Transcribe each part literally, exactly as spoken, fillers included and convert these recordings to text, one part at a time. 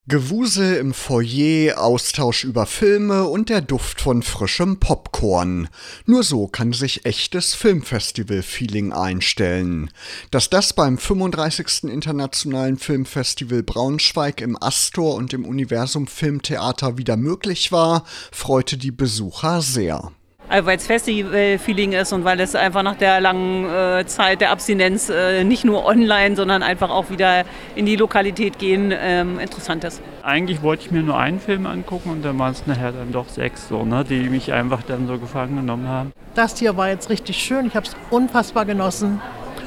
Gewusel im Foyer, Austausch über Filme und der Duft von frischem Popcorn. Nur so kann sich echtes Filmfestival-Feeling einstellen. Dass das beim fünfunddreißigsten Internationalen Filmfestival Braunschweig im Astor und im Universum Filmtheater wieder möglich war, freute die Besucher sehr. Also weil es Festival-Feeling ist und weil es einfach nach der langen äh, Zeit der Abstinenz äh, nicht nur online, sondern einfach auch wieder in die Lokalität gehen, ähm, interessant ist. Eigentlich wollte ich mir nur einen Film angucken und dann waren es nachher dann doch sechs, so, ne, die mich einfach dann so gefangen genommen haben. Das hier war jetzt richtig schön, ich habe es unfassbar genossen.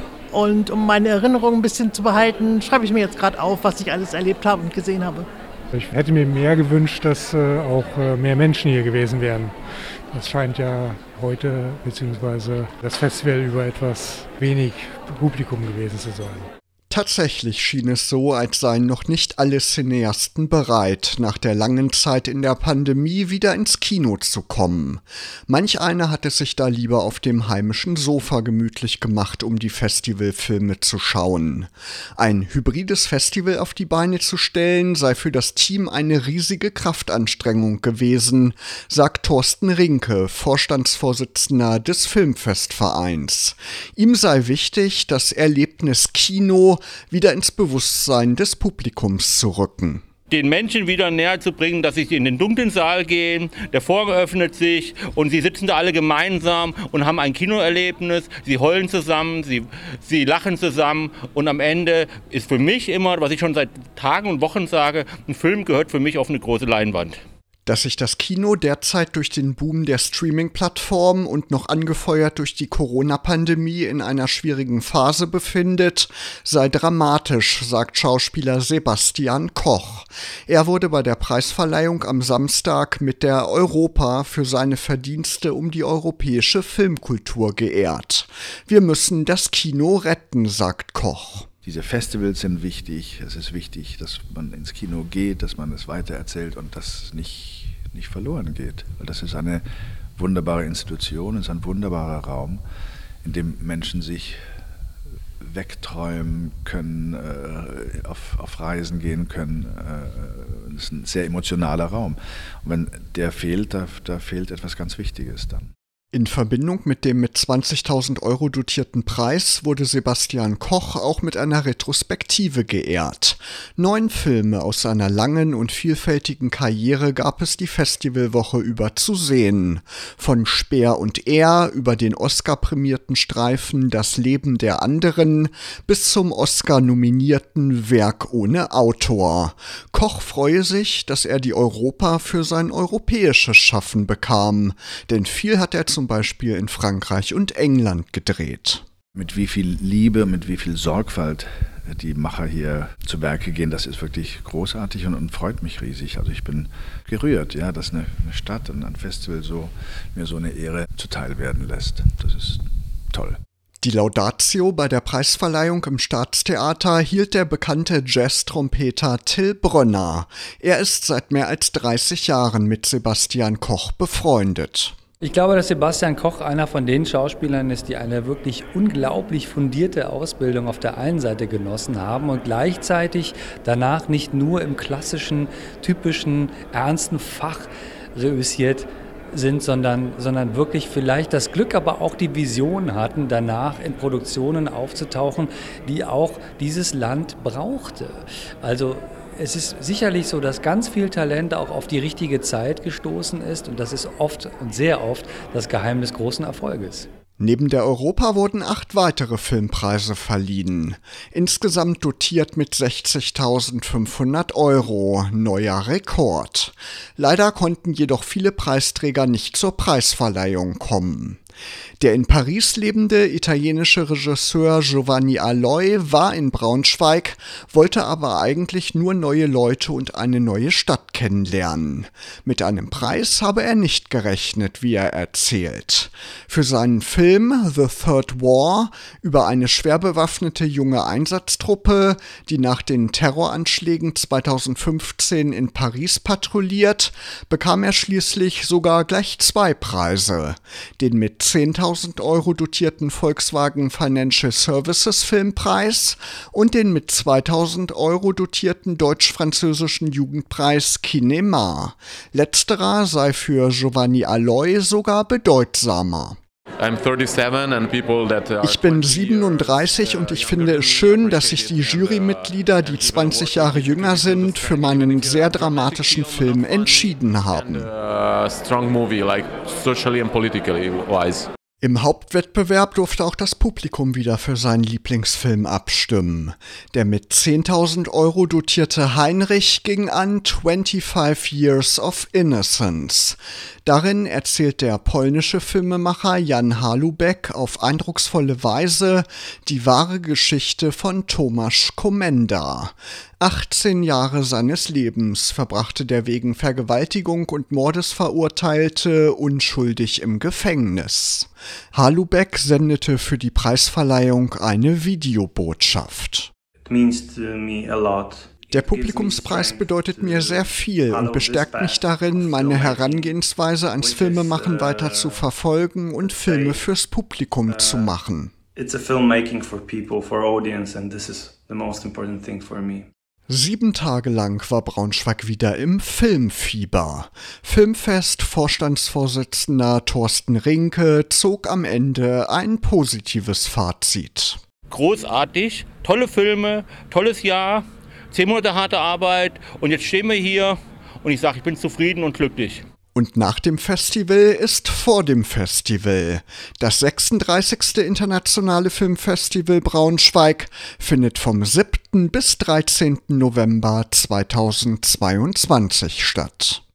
Und um meine Erinnerungen ein bisschen zu behalten, schreibe ich mir jetzt gerade auf, was ich alles erlebt habe und gesehen habe. Ich hätte mir mehr gewünscht, dass äh, auch äh, mehr Menschen hier gewesen wären. Das scheint ja heute bzw. das Festival über etwas wenig Publikum gewesen zu sein. Tatsächlich schien es so, als seien noch nicht alle Cineasten bereit, nach der langen Zeit in der Pandemie wieder ins Kino zu kommen. Manch einer hat es sich da lieber auf dem heimischen Sofa gemütlich gemacht, um die Festivalfilme zu schauen. Ein hybrides Festival auf die Beine zu stellen, sei für das Team eine riesige Kraftanstrengung gewesen, sagt Thorsten Rinke, Vorstandsvorsitzender des Filmfestvereins. Ihm sei wichtig, das Erlebnis Kino wieder ins Bewusstsein des Publikums zu rücken. Den Menschen wieder näher zu bringen, dass sie in den dunklen Saal gehen, der Vorhang öffnet sich und sie sitzen da alle gemeinsam und haben ein Kinoerlebnis, sie heulen zusammen, sie, sie lachen zusammen und am Ende ist für mich immer, was ich schon seit Tagen und Wochen sage, ein Film gehört für mich auf eine große Leinwand. Dass sich das Kino derzeit durch den Boom der Streaming-Plattformen und noch angefeuert durch die Corona-Pandemie in einer schwierigen Phase befindet, sei dramatisch, sagt Schauspieler Sebastian Koch. Er wurde bei der Preisverleihung am Samstag mit der Europa für seine Verdienste um die europäische Filmkultur geehrt. Wir müssen das Kino retten, sagt Koch. Diese Festivals sind wichtig. Es ist wichtig, dass man ins Kino geht, dass man es weitererzählt und das nicht, nicht verloren geht. Weil das ist eine wunderbare Institution, es ist ein wunderbarer Raum, in dem Menschen sich wegträumen können, äh, auf, auf Reisen gehen können. Äh, es ist ein sehr emotionaler Raum. Und wenn der fehlt, da, da fehlt etwas ganz Wichtiges dann. In Verbindung mit dem mit zwanzigtausend Euro dotierten Preis wurde Sebastian Koch auch mit einer Retrospektive geehrt. Neun Filme aus seiner langen und vielfältigen Karriere gab es die Festivalwoche über zu sehen. Von Speer und Er über den Oscar-prämierten Streifen Das Leben der anderen bis zum Oscar-nominierten Werk ohne Autor. Koch freue sich, dass er die Europa für sein europäisches Schaffen bekam, denn viel hat er zum Zum Beispiel in Frankreich und England gedreht. Mit wie viel Liebe, mit wie viel Sorgfalt die Macher hier zu Werke gehen, das ist wirklich großartig und, und freut mich riesig. Also ich bin gerührt, ja, dass eine, eine Stadt und ein Festival so, mir so eine Ehre zuteil werden lässt. Das ist toll. Die Laudatio bei der Preisverleihung im Staatstheater hielt der bekannte Jazz-Trompeter Till Brönner. Er ist seit mehr als dreißig Jahren mit Sebastian Koch befreundet. Ich glaube, dass Sebastian Koch einer von den Schauspielern ist, die eine wirklich unglaublich fundierte Ausbildung auf der einen Seite genossen haben und gleichzeitig danach nicht nur im klassischen, typischen, ernsten Fach reüssiert sind, sondern, sondern wirklich vielleicht das Glück, aber auch die Vision hatten, danach in Produktionen aufzutauchen, die auch dieses Land brauchte. Also es ist sicherlich so, dass ganz viel Talent auch auf die richtige Zeit gestoßen ist und das ist oft und sehr oft das Geheimnis großen Erfolges. Neben der Europa wurden acht weitere Filmpreise verliehen. Insgesamt dotiert mit sechzigtausendfünfhundert Euro, neuer Rekord. Leider konnten jedoch viele Preisträger nicht zur Preisverleihung kommen. Der in Paris lebende italienische Regisseur Giovanni Aloi war in Braunschweig, wollte aber eigentlich nur neue Leute und eine neue Stadt kennenlernen. Mit einem Preis habe er nicht gerechnet, wie er erzählt. Für seinen Film The Third War über eine schwer bewaffnete junge Einsatztruppe, die nach den Terroranschlägen zweitausendfünfzehn in Paris patrouilliert, bekam er schließlich sogar gleich zwei Preise. Den mit zehntausend Euro dotierten Volkswagen Financial Services Filmpreis und den mit zweitausend Euro dotierten deutsch-französischen Jugendpreis Kinema. Letzterer sei für Giovanni Aloy sogar bedeutsamer. Ich bin siebenunddreißig und ich finde es schön, dass sich die Jurymitglieder, die zwanzig Jahre jünger sind, für meinen sehr dramatischen Film entschieden haben. Im Hauptwettbewerb durfte auch das Publikum wieder für seinen Lieblingsfilm abstimmen. Der mit zehntausend Euro dotierte Heinrich ging an twenty-five Years of Innocence. Darin erzählt der polnische Filmemacher Jan Halubek auf eindrucksvolle Weise die wahre Geschichte von Tomasz Komenda. achtzehn Jahre seines Lebens verbrachte der wegen Vergewaltigung und Mordes Verurteilte unschuldig im Gefängnis. Halubek sendete für die Preisverleihung eine Videobotschaft. It means to me a lot. Der Publikumspreis bedeutet mir sehr viel und bestärkt mich darin, meine Herangehensweise ans Filmemachen weiter zu verfolgen und Filme fürs Publikum zu machen. It's a filmmaking for people, for audience, and this is the most important thing for me. Sieben Tage lang war Braunschweig wieder im Filmfieber. Filmfest-Vorstandsvorsitzender Thorsten Rinke zog am Ende ein positives Fazit. Großartig, tolle Filme, tolles Jahr, zehn Monate harte Arbeit und jetzt stehen wir hier und ich sage, ich bin zufrieden und glücklich. Und nach dem Festival ist vor dem Festival. Das sechsunddreißigste Internationale Filmfestival Braunschweig findet vom siebten bis dreizehnten November zweitausendzweiundzwanzig statt.